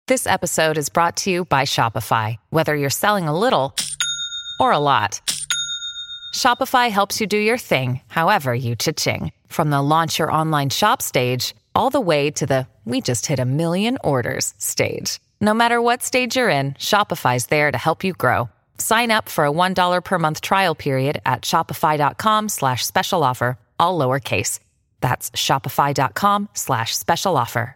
This episode is brought to you by Shopify. Whether you're selling a little or a lot, Shopify helps you do your thing, however you cha-ching. From the launch your online shop stage, all the way to the we just hit 1 million orders stage. No matter what stage you're in, Shopify's there to help you grow. Sign up for a $1 per month trial period at shopify.com/special offer, all lowercase. That's shopify.com/special offer.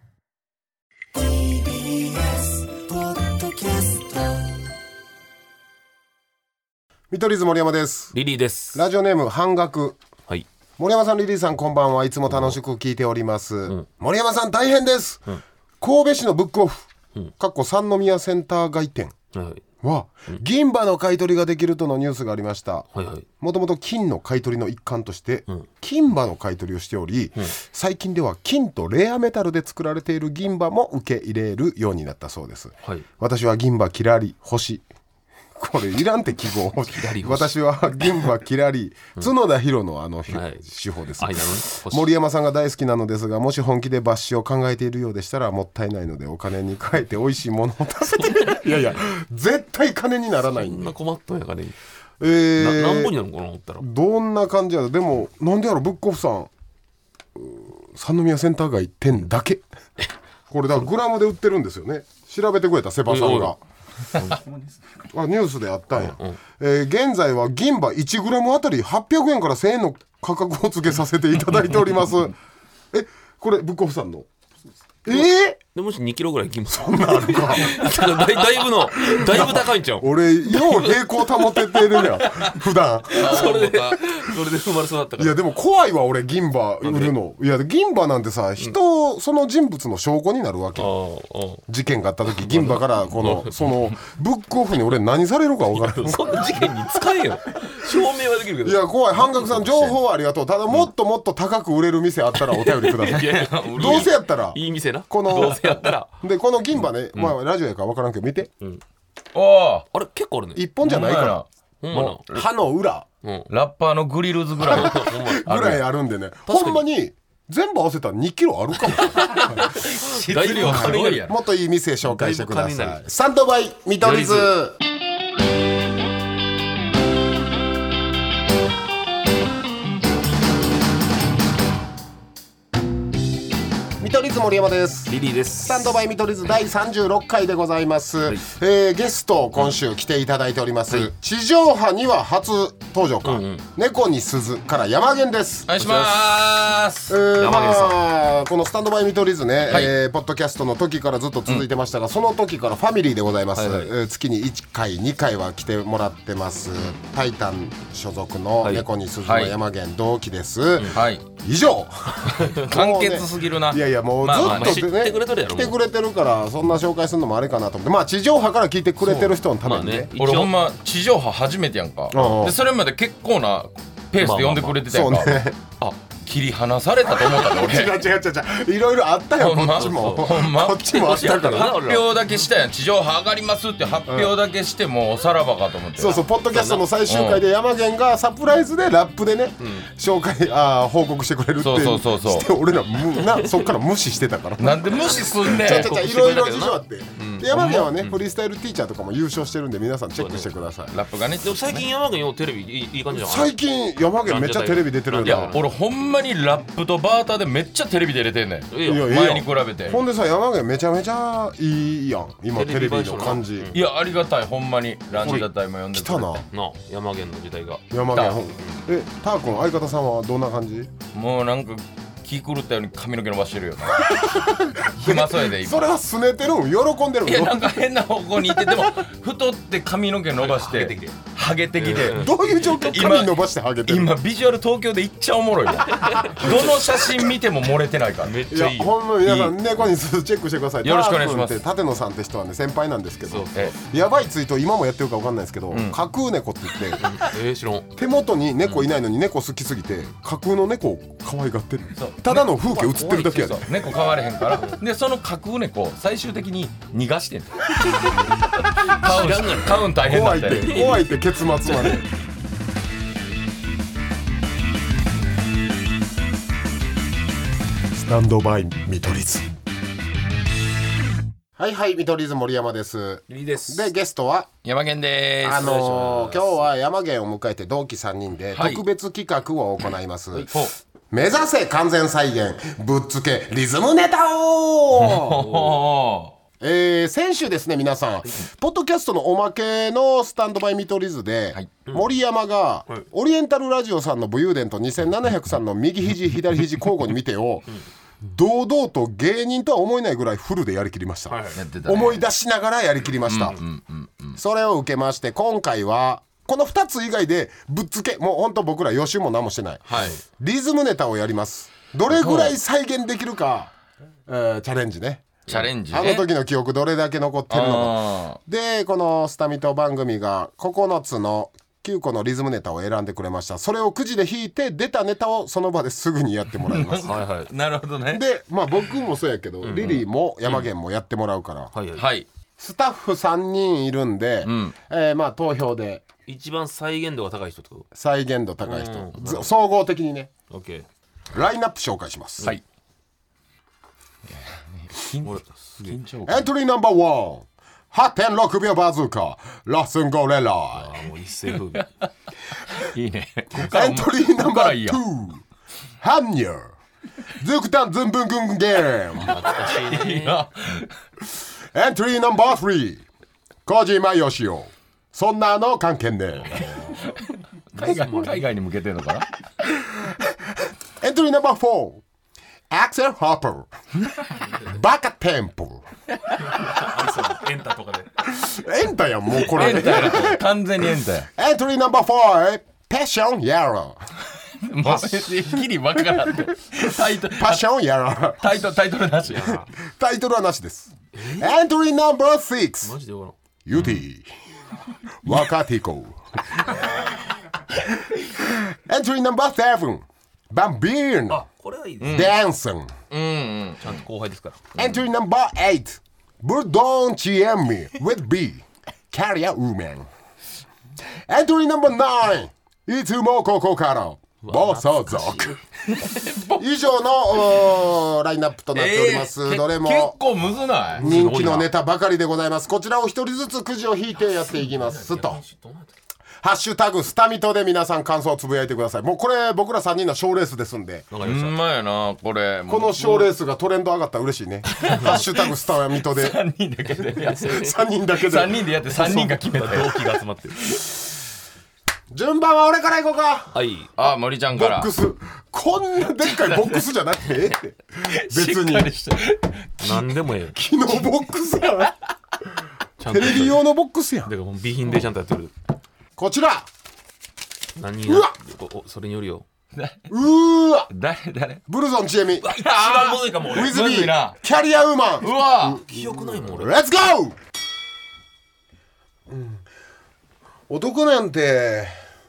見取り図森山です。 リリーです。 ラジオネーム半額。 はい。 森山さん、リリーさん、こんばんは。いつも楽しく聞いております。森山さん大変です。神戸市のブックオフ、三宮センター街店は、銀歯の買い取りができるとのニュースがありました。もともと金の買い取りの一環として、金歯の買い取りをしており、最近では金とレアメタルで作られている銀歯も受け入れるようになったそうです。私は銀歯キラリ星、これいらんって記号私は銀歯キラリ、角田博の手法です、森山さんが大好きなのですが、もし本気で抜歯を考えているようでしたらもったいないのでお金に変えて美味しいものを食べていやいや絶対金にならないんで。 そんな困ったんやかね。何本になるのかな思ったらどんな感じやろ。でもなんでやろ、ブックオフさん三宮センター街店だけこれだからグラムで売ってるんですよね。調べてくれたセバさんがニュースであったんや、現在は銀歯 1g あたり800円から1000円の価格を付けさせていただいておりますこれブックオフさんのでもし2キロぐらいいきます。 そんなあるかだいぶ高いんちゃう。 俺よう平行保ててるやん普段それで生まれそうだったから。 いやでも怖いわ俺、銀歯売るの。いや銀歯なんてさ、その人物の証拠になるわけ。事件があった時銀歯からそのブックオフに俺何されるか分からんそんな事件に使えよ証明はできるけど。 いや怖い。半額さん情報はありがとう。ただもっともっと高く売れる店あったらお便りくださいどうせやったらいい店な。 どうせやったらでこの銀歯ね、ラジオやから分からんけど見て、 あれ結構あるね。 一本じゃないからもう歯の裏、 ラッパーのグリルズぐらいぐらいあるんでね、ほんまに全部合わせたら2キロあるかもだいぶ金がや。 もっといい店紹介してください。サンドバイ見取り図。見取り図森山です。 リリーです。 スタンドバイ見取り図第36回でございます、ゲスト今週来ていただいております、地上波には初登場か、猫に鈴から山源です。 お願いします。 山源さん、このスタンドバイ見取り図ね、ポッドキャストの時からずっと続いてましたが、その時からファミリーでございます、月に1回2回は来てもらってます、タイタン所属の猫に鈴の山源、同期です、以上簡潔すぎるな。 いやいやもうずっとね、来てくれてるからそんな紹介するのもあれかなと思って、地上波から聞いてくれてる人のためにね。 俺ほんま地上波初めてやんか。でそれまで結構なペースで呼んでくれてたやんか。切り離されたと思ったね俺。 違ういろいろあったよ、こっちもこっちもあったから。 発表だけしたやん。地上波上がりますって発表だけしてもおさらばかと思って。 そうポッドキャストの最終回で山源がサプライズでラップでね、紹介報告してくれるってして俺らそっから無視してたから。 なんで無視すんねん。 いろいろ事情あって、山源はねフリースタイルティーチャーとかも優勝してるんで皆さんチェックしてください。 ラップがね。 最近山源よテレビいい感じじゃん。 最近山源めっちゃテレビ出てるんだ。 いや俺ほんまにラップとバーターでめっちゃテレビで出れてんねん。前に比べて。 ほんでさ、山源めちゃめちゃいいやん今テレビの感じ。 いやありがたい、ほんまにランジャタイも呼んでくれて。 来たな山源の時代が。 山源ター君相方さんはどんな感じ？ もうなんか気狂ったように髪の毛伸ばしてるよ暇そうやで今。 それはすねてるん？喜んでるん？ いやなんか変な方向に行ってても太って髪の毛伸ばしてハゲてきて。 どういう状況？髪伸ばしてハゲてる。 今ビジュアル東京でいっちゃおもろいわどの写真見ても漏れてないから。 めっちゃいい。 いやほんま皆さん猫にチェックしてください。 よろしくお願いします。 舘野さんって人はね先輩なんですけど、やばいツイート今もやってるか分かんないですけど、架空猫って言って知らん。 手元に猫いないのに猫好きすぎて架空の猫を可愛がってる。ただの風景映ってるだけやで。 猫飼われへんからでその架空猫を最終的に逃がしてん飼うん大変だって怖いって結末までスタンドバイ見取り図。 はいはい、見取り図森山です。 リーです。 でゲストは山源です。 今日は山源を迎えて同期3人で特別企画を行います、目指せ完全再現ぶっつけリズムネタを先週ですね、皆さん、ポッドキャストのおまけのスタンドバイ見取り図で、森山が、オリエンタルラジオさんの武勇伝と2700さんの右肘左肘交互に見てを堂々と芸人とは思えないぐらいフルでやりきりました、思い出しながらやりきりました。それを受けまして今回はこの2つ以外でぶっつけ、もうほんと僕ら予習も何もしてない、リズムネタをやります。どれぐらい再現できるか、チャレンジね。あの時の記憶どれだけ残ってるのかで、このスタミト番組が9つの9個のリズムネタを選んでくれました。それをくじで引いて出たネタをその場ですぐにやってもらいますなるほどね。 で僕もそうやけど、リリーも山源もやってもらうから、スタッフ3人いるんで、投票で一番再現度が高い人ってこと。 再現度高い人、総合的にね。ラインナップ紹介します。 緊張エントリーナンバー1、8.6 秒バズーカラスンゴレラもう一世風靡いいね。 エントリーナンバー2、ハンニャーズクタンズンブングンゲーム懐かしいね。 エントリーナンバー3、小島よしおそんなの関係ね海外に向けてるのかな。 エントリーナンバー4、アクセル・ハーパーバカテンポエンタとかでエンタやん、もうこれエンタや完全にエンタや。 エントリーナンバー4、パッション・ヤロもうギリ分からんって。 パッション・ヤロタイトルなし。 タイトルはなしです。エントリーナンバー6、 マジで分からん。 ユティ若ティコエントリーナンバー7、バンビーンこれはいいですね。 ダンソン。 ちゃんと後輩ですから。 エントリーナンバー8、ブルドンチエンミ with B キャリアウーマン。エントリーナンバー9、いつもここから暴走族。以上のラインナップとなっております。どれも結構むずない？ 人気のネタばかりでございます。こちらを一人ずつくじを引いてやっていきますと、ハッシュタグスタミトで皆さん感想をつぶやいてください。もうこれ僕ら3人の賞レースですんで、 ほんまやな。この賞レースがトレンド上がったら嬉しいね。ハッシュタグスタミトで 3人だけで 3人だけで 3人でやって3人が決めた同期が集まってる。 順番は俺からいこうか。 森ちゃんから。 ボックス、こんなでっかいボックスじゃなくてって別に何でもええよ。 木のボックスやテレビ用のボックスやん。 だからもう備品でちゃんとやってる。 こちら何うわそれによるよ。 うわ誰ブルゾンちえみ一番むずいかも俺。 ウィズビーむずいなキャリアウーマン。 うわ記憶ないもん俺。 レッツゴー。男なんて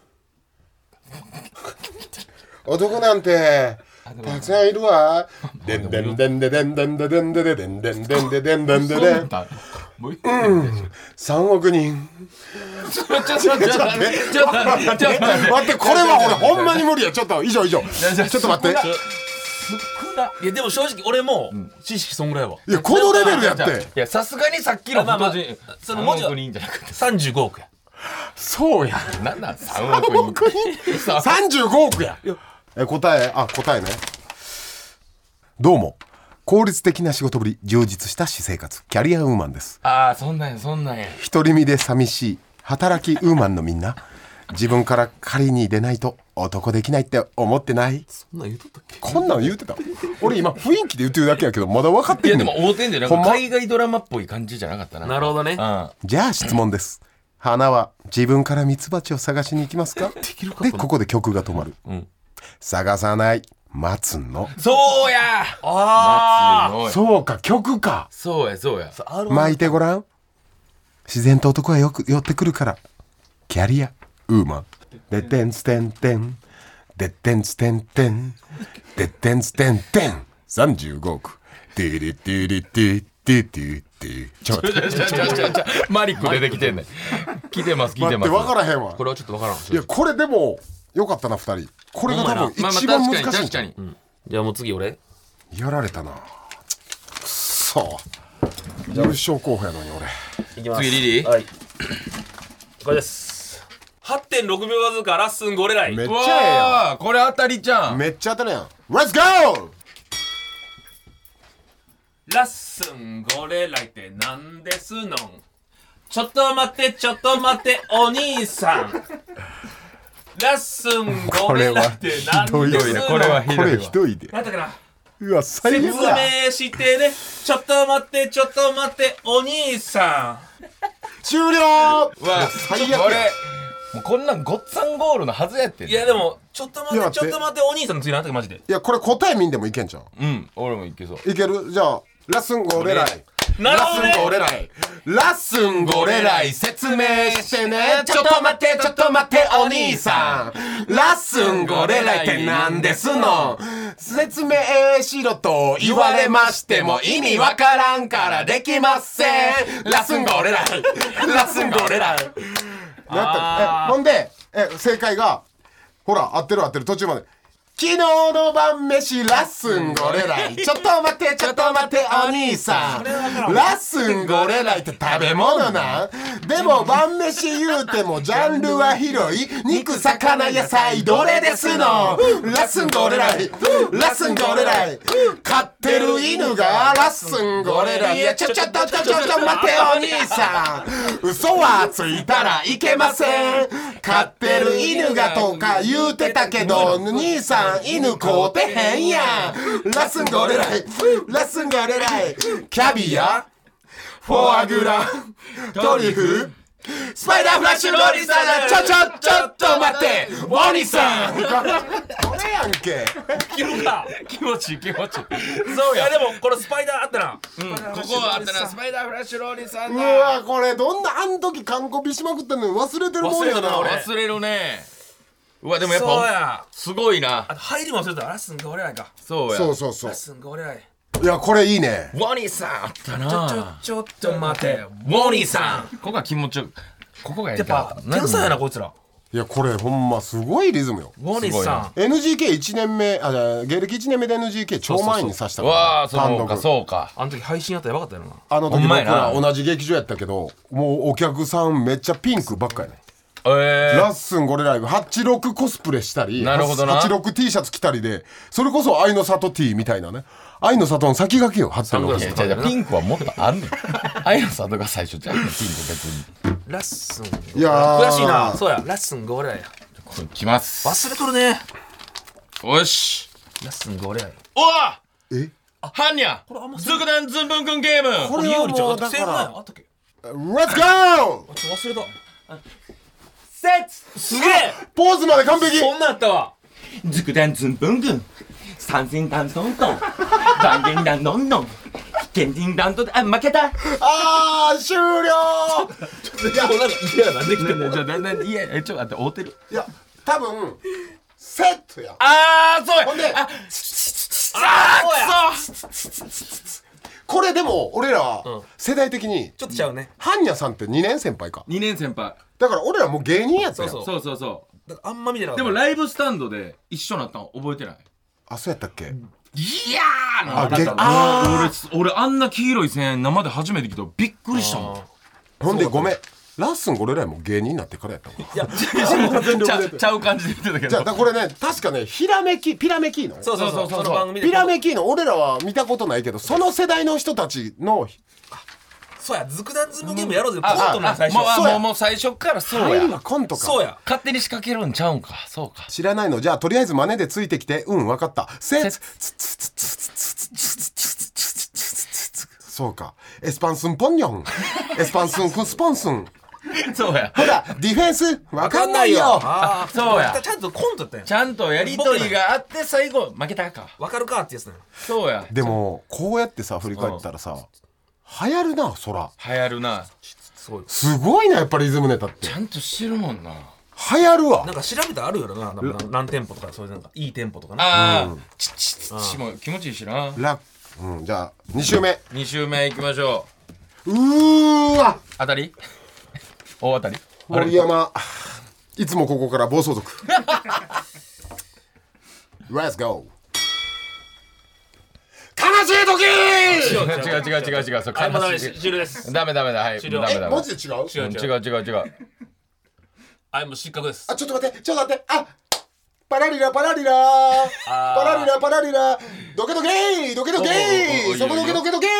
たくさんいるわ。でんでんでんででんでんででんでででんでんでんででんでんででん。3億人。 ちょっと待って、 これは俺ほんまに無理や。ちょっと以上ちょっと待って。 いやでも正直俺も知識そんぐらいは。 いやこのレベルやって。 いやさすがにさっきの太人その文字は 3億人じゃなくて 35億や。 そうや。 なんなん3億人 35億や。答えね。どうも効率的な仕事ぶり、充実した私生活、キャリアウーマンです。 そんなんや独り身で寂しい働きウーマンのみんな、自分から狩りに出ないと男できないって思ってない？ そんなん言うとったっけ？ こんなん言うてた？俺今雰囲気で言ってるだけやけどまだ分かってんねん。 いやでも大手んじゃなくて海外ドラマっぽい感じじゃなかったな。 なるほどね。 じゃあ質問です。花は自分からミツバチを探しに行きますか？でここで曲が止まる。探さない、待つの。 そうや。 そうか、曲か。 そうや巻いてごらん。自然と男はよく寄ってくるから。キャリアウーマン。でってんつてんてんでってんつてんてんでってんつてんてん35億ティリティリティティティティ。ちょっとマリック出てきてんねん。聞いてます待って分からへんわ。 これはちょっと分からん。 いやこれでもよかったな2人。これが多分一番難しいんちゃう。 じゃあもう次俺やられたな。くそ優勝候補やのに俺。 いきます。 次リリー、 はい、これです。 8.6 秒バズーカラッスンゴレライ。 めっちうゃええやわーこれ当たりじゃん。 ん。めっちゃ当たるやん。Let's go。 ラッスンゴレライってなんですのん。ちょっと待ってちょっと待ってお兄さん。ラッスンゴレライってなんですのん。 これはひこれどいわ。 ひどいで。 なんだかな、 うわ最説悪や。 明してね。ちょっと待ってちょっと待ってお兄さ終了。 うわ最悪これもうこんなんごっつぁんゴールのはずやってん。 ん。 いやでもちょっと待っいやてちょっと待ってお兄さんの次なんだっけマジで。 いやこれ答え見んでもいけんじゃん。 うん俺もいけそう。 いける。じゃあラッスンゴレライ。 なるほどね。 ラッスンゴレライ。ラッスンゴレライ説明してね。ちょっと待ってちょっと待ってお兄さん。ラッスンゴレライってなんですの。説明しろと言われましても意味わからんからできません。ラッスンゴレライ。ラッスンゴレライ。やったほんで正解がほら合ってる途中まで。昨日の晩飯ラッスンゴレライ。ちょっと待ってちょっと待ってお兄さん。ラッスンゴレライって食べ物なん。でも晩飯言うてもジャンルは広い。肉魚野菜どれですの。ラッスンゴレライ。ラッスンゴレライ。飼ってる犬がラッスンゴレライ。いやちょっと待ってお兄さん。嘘はついたらいけません。飼ってる犬がとか言うてたけど兄さん犬飼うてへんやん。ラッスンゴレライ。ラッスンゴレライ。キャビアフォアグラトリュフスパイダーフラッシュローリーさん。ちょっと待ってモニさん。これやんけ。 切るか。 気持ちいい気持ちいい。 そうや。でもこれスパイダーあったな。 ここはあったなスパイダーフラッシュローリーさんうだ。 わこれどんなあん時完コピしまくってんのに忘れてるもんやな。 忘れるね。うわでもやっそうぱや。 すごいな。 あと入りも忘れた。ラッスンゴレライか。 そうや。 そうラッスンゴレライ。 いやこれいいね。 ワニさんあったな。 ちょっと待てウォニーさん。 ここが気持ちよくここがややっりたかぱった天才やなこいつら。 いやこれほんますごいリズムよ。 ウォニーさん。 NGK1 年目じゃあ芸歴1年目で NGK 超前にさしたからわあそうか単独そうか。 あの時配信やったらやばかったよな。 あの時僕ほんまやなら同じ劇場やったけどもうお客さんめっちゃピンクばっかやね。 ララッスンゴレライブ86コスプレしたりなるほどな 86T シャツ着たりでそれこそ愛の里 T みたいなね。愛の里の先駆けよ86。 いやじゃピンクはもっとあんねん。愛の里が最初じゃんピンク別に。 ラッスン。 いやー悔しいな。そうや。ラッスンゴレライや。 これきます。 忘れとるね。 よし。 ラッスンゴレライ。 おわえはんにゃズクダンズンブンくんゲーム。 これはもうだ正解からあったっけ。 Let's go 忘れた。 セッすげえ。 ポーズまで完璧。 そんなんやったわ。 ズクダンズンブングン三千ダンソントンバンゲンダンノンノンケンディンダントで負けたあー終了。いやもうなんかいやなんできてんの。 じゃあいやちょっと待って合うてる。 いや多分セットや。 あーそうや。 ほんでこれでも俺らは世代的にちょっとちゃうね。 ハンニャさんって2年先輩か。 2年先輩。 だから俺らもう芸人やったやん。 そうそうそうそだからあんま見てなかった。 う。でもライブスタンドで一緒になったの覚えてない？ あそうやったっけ。 いやーあげ俺あんな黄色い線生で初めて聞いたらびっくりしたもん。 ほんでごめんラッスン俺らも芸人になってからやったもん。 いやちゃう感じで言ってたけど。 じゃあこれね確かねピラメキーノそうその番組でピラメキーノ俺らは見たことないけどその世代の人たちのそうや。ズクダンズムゲームやろうぜ。コントの最初。 そうやもう最初からそう入りや。 はコントか。 そうや。 勝手に仕掛けるんちゃうんか。そうか。 知らないのじゃあとりあえず真似でついてきて分かったそうかエスパンスンポンニョンエスパンスンクスポンスンそうや。 ほらディフェンス分かんないよ。 ああそうやちゃんとコントやったんや。 ちゃんとやりとりがあって最後負けたか。 わかるかってやつなの。 そうや。 でもこうやってさ振り返ったらさ流行るなそら。 流行るな。 すごい。 すごいなやっぱりリズムネタってちゃんとしてるもんな。 流行るわなんか調べたらあるよな。何店舗とかそういうなんかいい店舗とかな。 ああ、ちも気持ちいいしな。 じゃあ2周目 2周目いきましょう。 わ当たり大当たり。 森山いつもここから暴走族Let's go 悲しい時違うそれはいもうダメ悲しいです終了ですダメはい終了ダメマジで違う違うはいもう失格ですあちょっと待ってあパラリラパラリラドケドケーそこドケ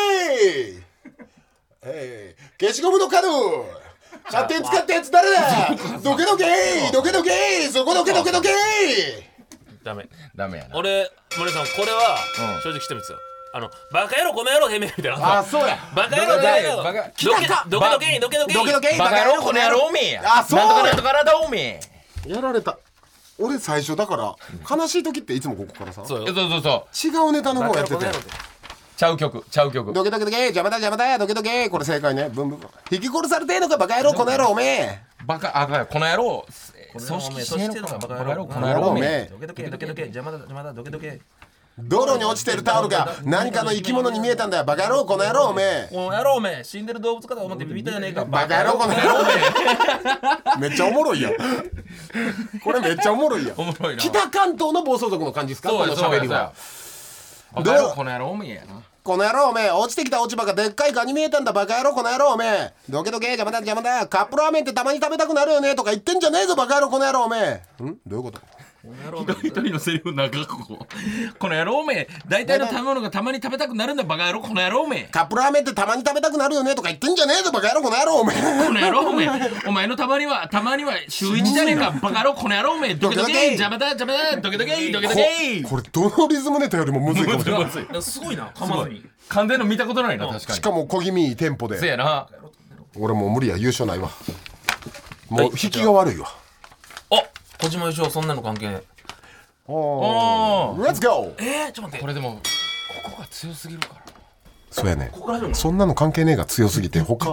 消しゴムの角勝手に使ったやつ誰だドケドケそこドケダメやな俺森さんこれは正直してるんですよバカ野郎この野郎てめえみたいなあそうやバカ野郎ドケドケバカ野郎この野郎おめえやあそうなんとかだおめえやられた俺最初だから悲しい時っていつもここからさそうよそう違うネタの方やっててちゃう曲ドケ邪魔だドケこれ正解ねブンブン引き殺されてえのかバカ野郎この野郎おめえバカこの野郎組織してんのかバカ野郎この野郎おめえドケ邪魔だドケ道路に落ちてるタオルが何かの生き物に見えたんだよバカ野郎この野郎おめえこの野郎おめえ死んでる動物かと思ってビビったじゃねえかバカ野郎この野郎おめえめっちゃおもろいやんこれめっちゃおもろいやんおもろいな北関東の暴走族の感じですかこの喋りはバカ野郎この野郎おめえやなこの野郎おめえ落ちてきた落ち葉がでっかいガに見えたんだバカ野郎この野郎おめえドケ邪魔だカップラーメンってたまに食べたくなるよねとか言ってんじゃねえぞバカ野郎この野郎おめえどういうこと一人のセリフなんかこの野郎おめえ大体の食べ物がたまに食べたくなるんだバカ野郎この野郎おめえカップラーメンってたまに食べたくなるよねとか言ってんじゃねえぞバカ野郎この野郎おめえこの野郎おめえお前のたまには週1じゃねえかバカ野郎この野郎おめえドケ邪魔だドケドケこれどのリズムネタよりもむずいかもしれないすごいな噛まずに噛んでんの見たことないな確かにしかも小気味いいテンポでせやな俺もう無理や優勝ないわもう引きが悪いわ小島よしおそんなの関係ねおーレッツゴーちょっと待ってこれでもここが強すぎるからそうやねそんなの関係ねえが強すぎて他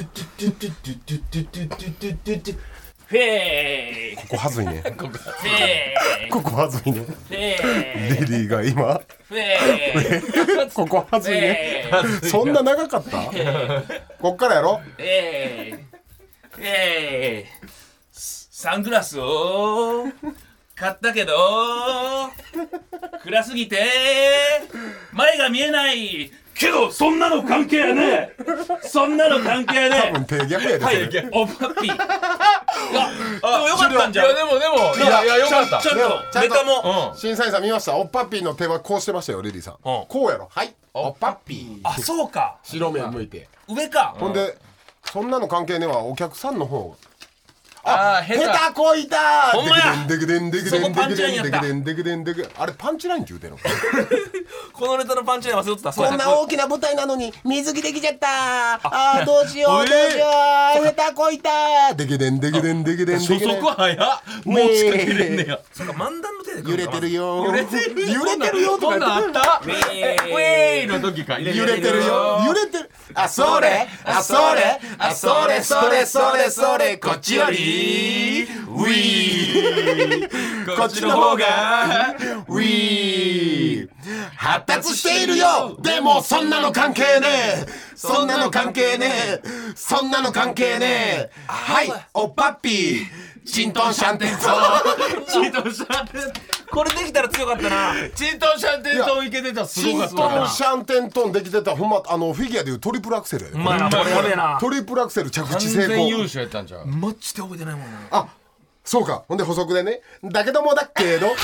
フェーここはずいねフェーここはずいねフェリリーが今フェーここはずいねそんな長かったこっからやろサングラスを買ったけど暗すぎて前が見えないけどそんなの関係やねそんなの関係やね多分手逆やでそれおパッピーでもよかったんじゃんいやでもいやよかったちゃんとネタも審査員さん見ましたおっぱっぴーの手はこうしてましたよリリーさんこうやろはいおっぱっぴーあそうか白目向いて上かほんでそんなの関係ねえわお客さんの方あ下手こいたほんまやデクデンデクデンデクデンそこパンチラインやったデクデンあれパンチラインって言うてんのこのネタのパンチライン忘れてたこんな大きな舞台なのに水着できちゃったどうしよう下手こいたデクデンデクデンデクデン初速早っもう仕掛けれんねやそうか漫談の手で揺れてるよ揺れてる揺れてるよとかこんなんあったウェーイの時か揺れてるよ揺れてるそれこっちよりウィーこっちの方がウィー発達しているよでもそんなの関係ねえそんなの関係ねえはいおっぱっぴーチントンシャンテントチントンシャンテンこれできたら強かったなチントンシャンテントンいけてたすチンごかったトンシャンテントンできてたほんまフィギュアでいうトリプルアクセルやでうまいなこれやべえなトリプルアクセル着地成完全優功勝やったんちゃうマッチで覚えてないもんなあそうかほんで補足でねだけどもだっけど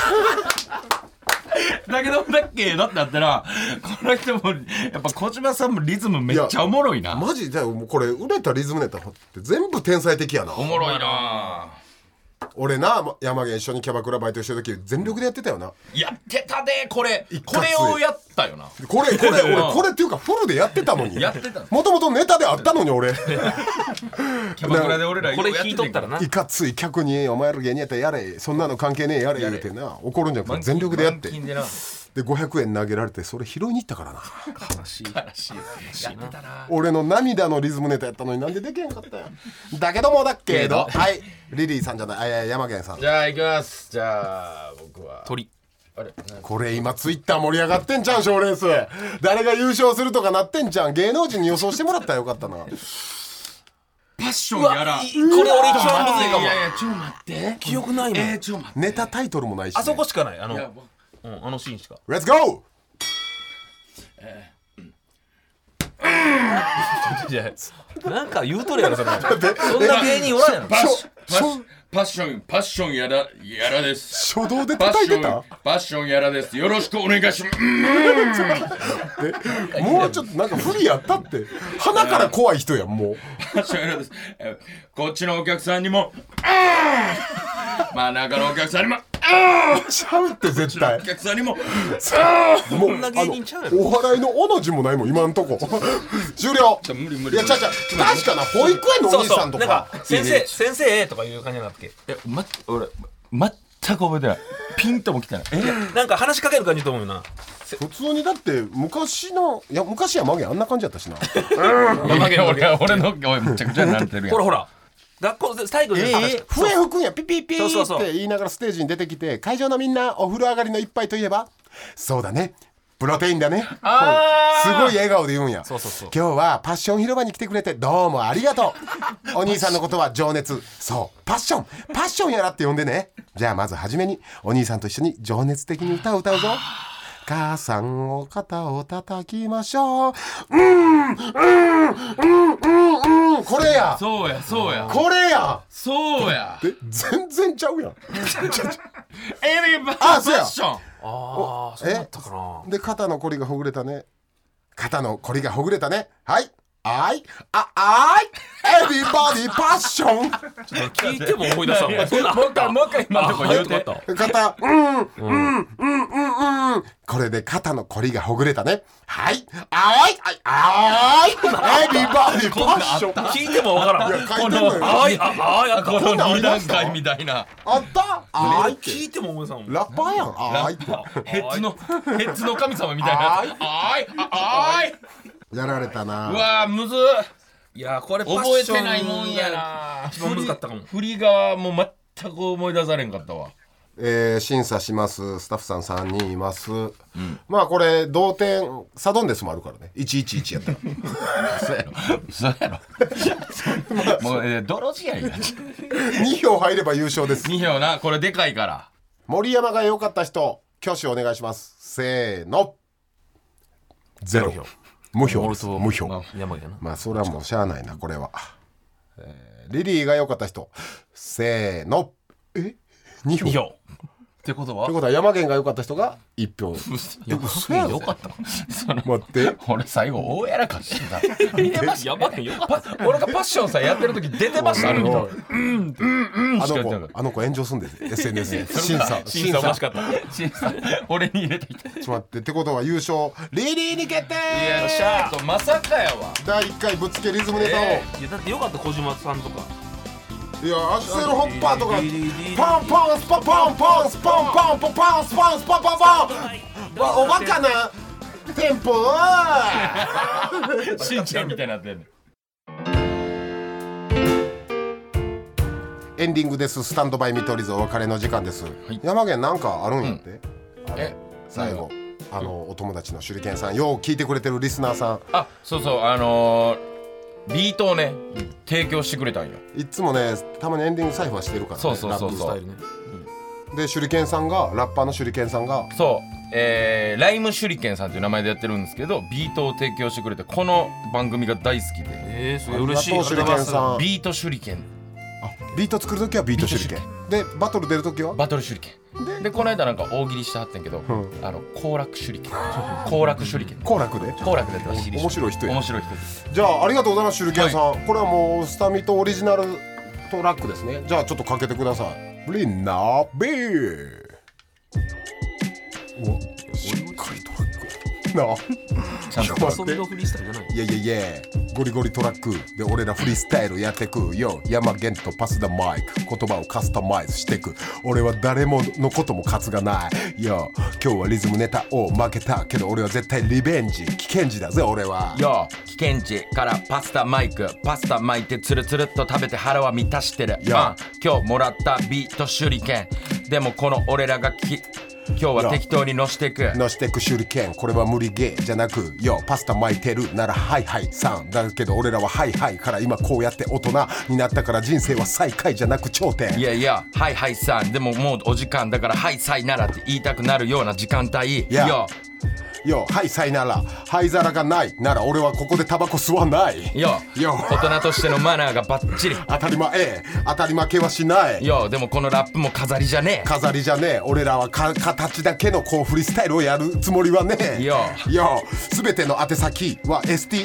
だけどだっけだってなったらこの人もやっぱ小島さんもリズムめっちゃおもろいなマジでもうこれ売れたリズムネタって全部天才的やなおもろいな俺な山源一緒にキャバクラバイトしてる時全力でやってたよなやってたでこれ一括をやったよなこれ俺これっていうかフルでやってたのにやってたもともとネタであったのに俺キャバクラで俺らこれ引いとったらないかつい客にお前ら芸人やったらやれそんなの関係ねえやれ言うてな怒るんじゃなくて全力でやって満勤でなで500円投げられてそれ拾いに行ったからな悲しいやってたな俺の涙のリズムネタやったのになんでできへんかったよだけどもだっけどはいリリーさんじゃない山源さんじゃあ行きますじゃあ僕は鳥あれこれ今ツイッター盛り上がってんじゃん賞レース誰が優勝するとかなってんじゃん芸能人に予想してもらったらよかったなパッションやらこれ俺一番むずいかもいやちょっと待って記憶ないもんちょっと待ってネタタイトルもないし、ね、 あそこしかないいやあのシーンしかレッツゴーいやなんか言うとるやろそんな芸人おらんやろ。 パッションやらです初動で叩いてた。 パッションやらです。よろしくお願いします。 もうちょっとなんか不利やったって。鼻から怖い人やんもう。 パッションやらです。こっちのお客さんにも真ん中のお客さんにもちゃうって絶対。 お客さんにももうお笑いのおの字もないもん今んとこ。終了。 無理いや確かな保育園のお兄さんとか先生とかいう感じになったっけ。 俺全く覚えてない。ピンとも来てない。 なんか話しかける感じと思うよな。 普通にだって昔山毛あんな感じやったしな。 俺のめちゃくちゃになってるやん。 ほら学校で最後に笛吹くんやピピピそうって言いながらステージに出てきて、会場のみんなお風呂上がりの一杯といえばそうだねプロテインだね。すごい笑顔で言うんや。そう今日はパッション広場に来てくれてどうもありがとう。お兄さんのことは情熱、そうパッションやらって呼んでね。じゃあまずはじめにお兄さんと一緒に情熱的に歌を歌うぞ。母さんを肩を叩きましょう。これや。 そうやこれや。 そうや。 全然ちゃうやん。 エビバーファッション。 そうだったかな。 で肩のこりがほぐれたね。はいエビバディパッション。 聞いても思い出さん。 もう一回今のとこ言うて。 肩これで肩のこりがほぐれたね。はいエビバディパッション。 聞いてもわからん。 いや書いてんのよ。 やった。 この2段階みたいな。 あった聞いても思い出さん。 ラッパーやん。 ヘッズの神様みたいな。 やられたな。 うわむずっ。 いやこれ覚えてないもんやな。 一番難かったかも。 振りがもう全く思い出されんかったわ。 審査します。スタッフさん3人います。まあこれ同点サドンデスもあるからね。111やったら。 そうやろ。もう泥仕合や。 2票入れば優勝です。 2票な。これでかいから。 森山が良かった人挙手お願いします。せーの。0票。無票。まあそれはもうしゃあないなこれは。リリーが良かった人せーの。2票。 ってことは山源が良かった人が1票。 よかった。 待って俺最後大やらかしてた。見てました。俺がパッションさんやってる時出てました。あの子炎上すんで SNS で審査欲しかった。 俺に入れてきた。 ちょっと待って。ってことは優勝リリーに決定。 よっしゃー。まさかやわ。 第1回ぶつけリズムネタを。 いやだってよかった小島さんとか。 いやアクセルホッパーとかパンパンスパパンパンスパンパンパパンスパンスパパパンおバカなテンポしんちゃんみたいになってんね。 エンディングです。スタンドバイ見取り図お別れの時間です。山源なんかあるんやって。最後お友達の手裏剣さんよう聞いてくれてるリスナーさん。 そうビートをね提供してくれたんよ。 いつもねたまにエンディングサイファーしてるからね。 そうラップスタイルね。で手裏剣さんがラッパーの手裏剣さんがライム手裏剣さんという名前でやってるんですけど、ビートを提供してくれてこの番組が大好きで。 それ嬉しい。 手裏剣さんビート手裏剣。 ビート作るときはビート手裏剣でバトル出るときはバトル手裏剣でこの間なんか大喜利してはってんけど、好楽手裏剣好楽手裏剣好楽で大喜利。 面白い人や。 面白い人です。 じゃあありがとうございます手裏剣さん。これはもうスタミトオリジナルトラックですね。じゃあちょっとかけてください。リンナビー。しっかりトラックなあ。 ちゃんと遊びのフリースタイルじゃない。 いやゴリゴリトラックで俺らフリースタイルやってくよ。山源とパスダマイク言葉をカスタマイズしてく。俺は誰ものことも勝つがないよ。今日はリズムネタを負けたけど俺は絶対リベンジ危険児だぜ俺はよ。危険児からパスタマイクパスタ巻いてつるつるっと食べて腹は満たしてる。今日もらったビート手裏剣でもこの俺らが今日は適当にのしてく手裏剣。これは無理ゲーじゃなくよ。パスタ巻いてるならハイハイさんだけど俺らはハイハイから今こうやって大人になったから人生は最下位じゃなく頂点。 いやハイハイさんでももうお時間だからハイサイならって言いたくなるような時間帯よ。 よはいさいなら灰皿がないなら俺はここでタバコ吸わないよよ大人としてのマナーがバッチリ。 当たり負けはしないよでもこのラップも飾りじゃねえ。 飾りじゃねえ俺らは形だけのこうフリースタイルをやるつもりはねえよすべての宛先は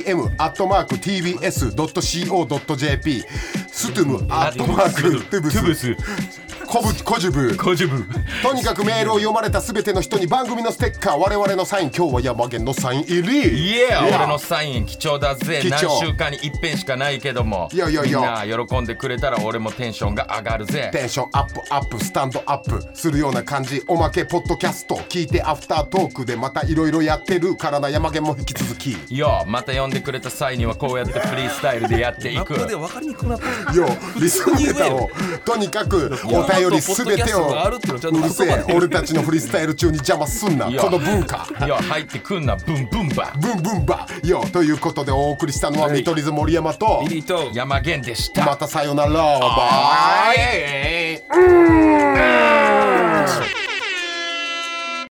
stm@tbs.co.jp ストゥム@tbsコジュブとにかくメールを読まれたすべての人に番組のステッカー我々のサイン今日は山源のサイン入り俺のサイン貴重だぜ。何週間に一遍しかないけどもみんな喜んでくれたら俺もテンションが上がるぜ。 テンションアップスタンドアップするような感じ。おまけポッドキャスト聞いてアフタートークでまたいろいろやってるからな。山源も引き続きまた呼んでくれた際にはこうやってフリースタイルでやっていく。 で分かりにくくなってリスネタをとにかくお便りすべてをうるせえ俺たちのフリースタイル中に邪魔すんなこの文化入ってくんなブンブンバということでお送りしたのは見取り図森山と山源でした。 またさよならバイ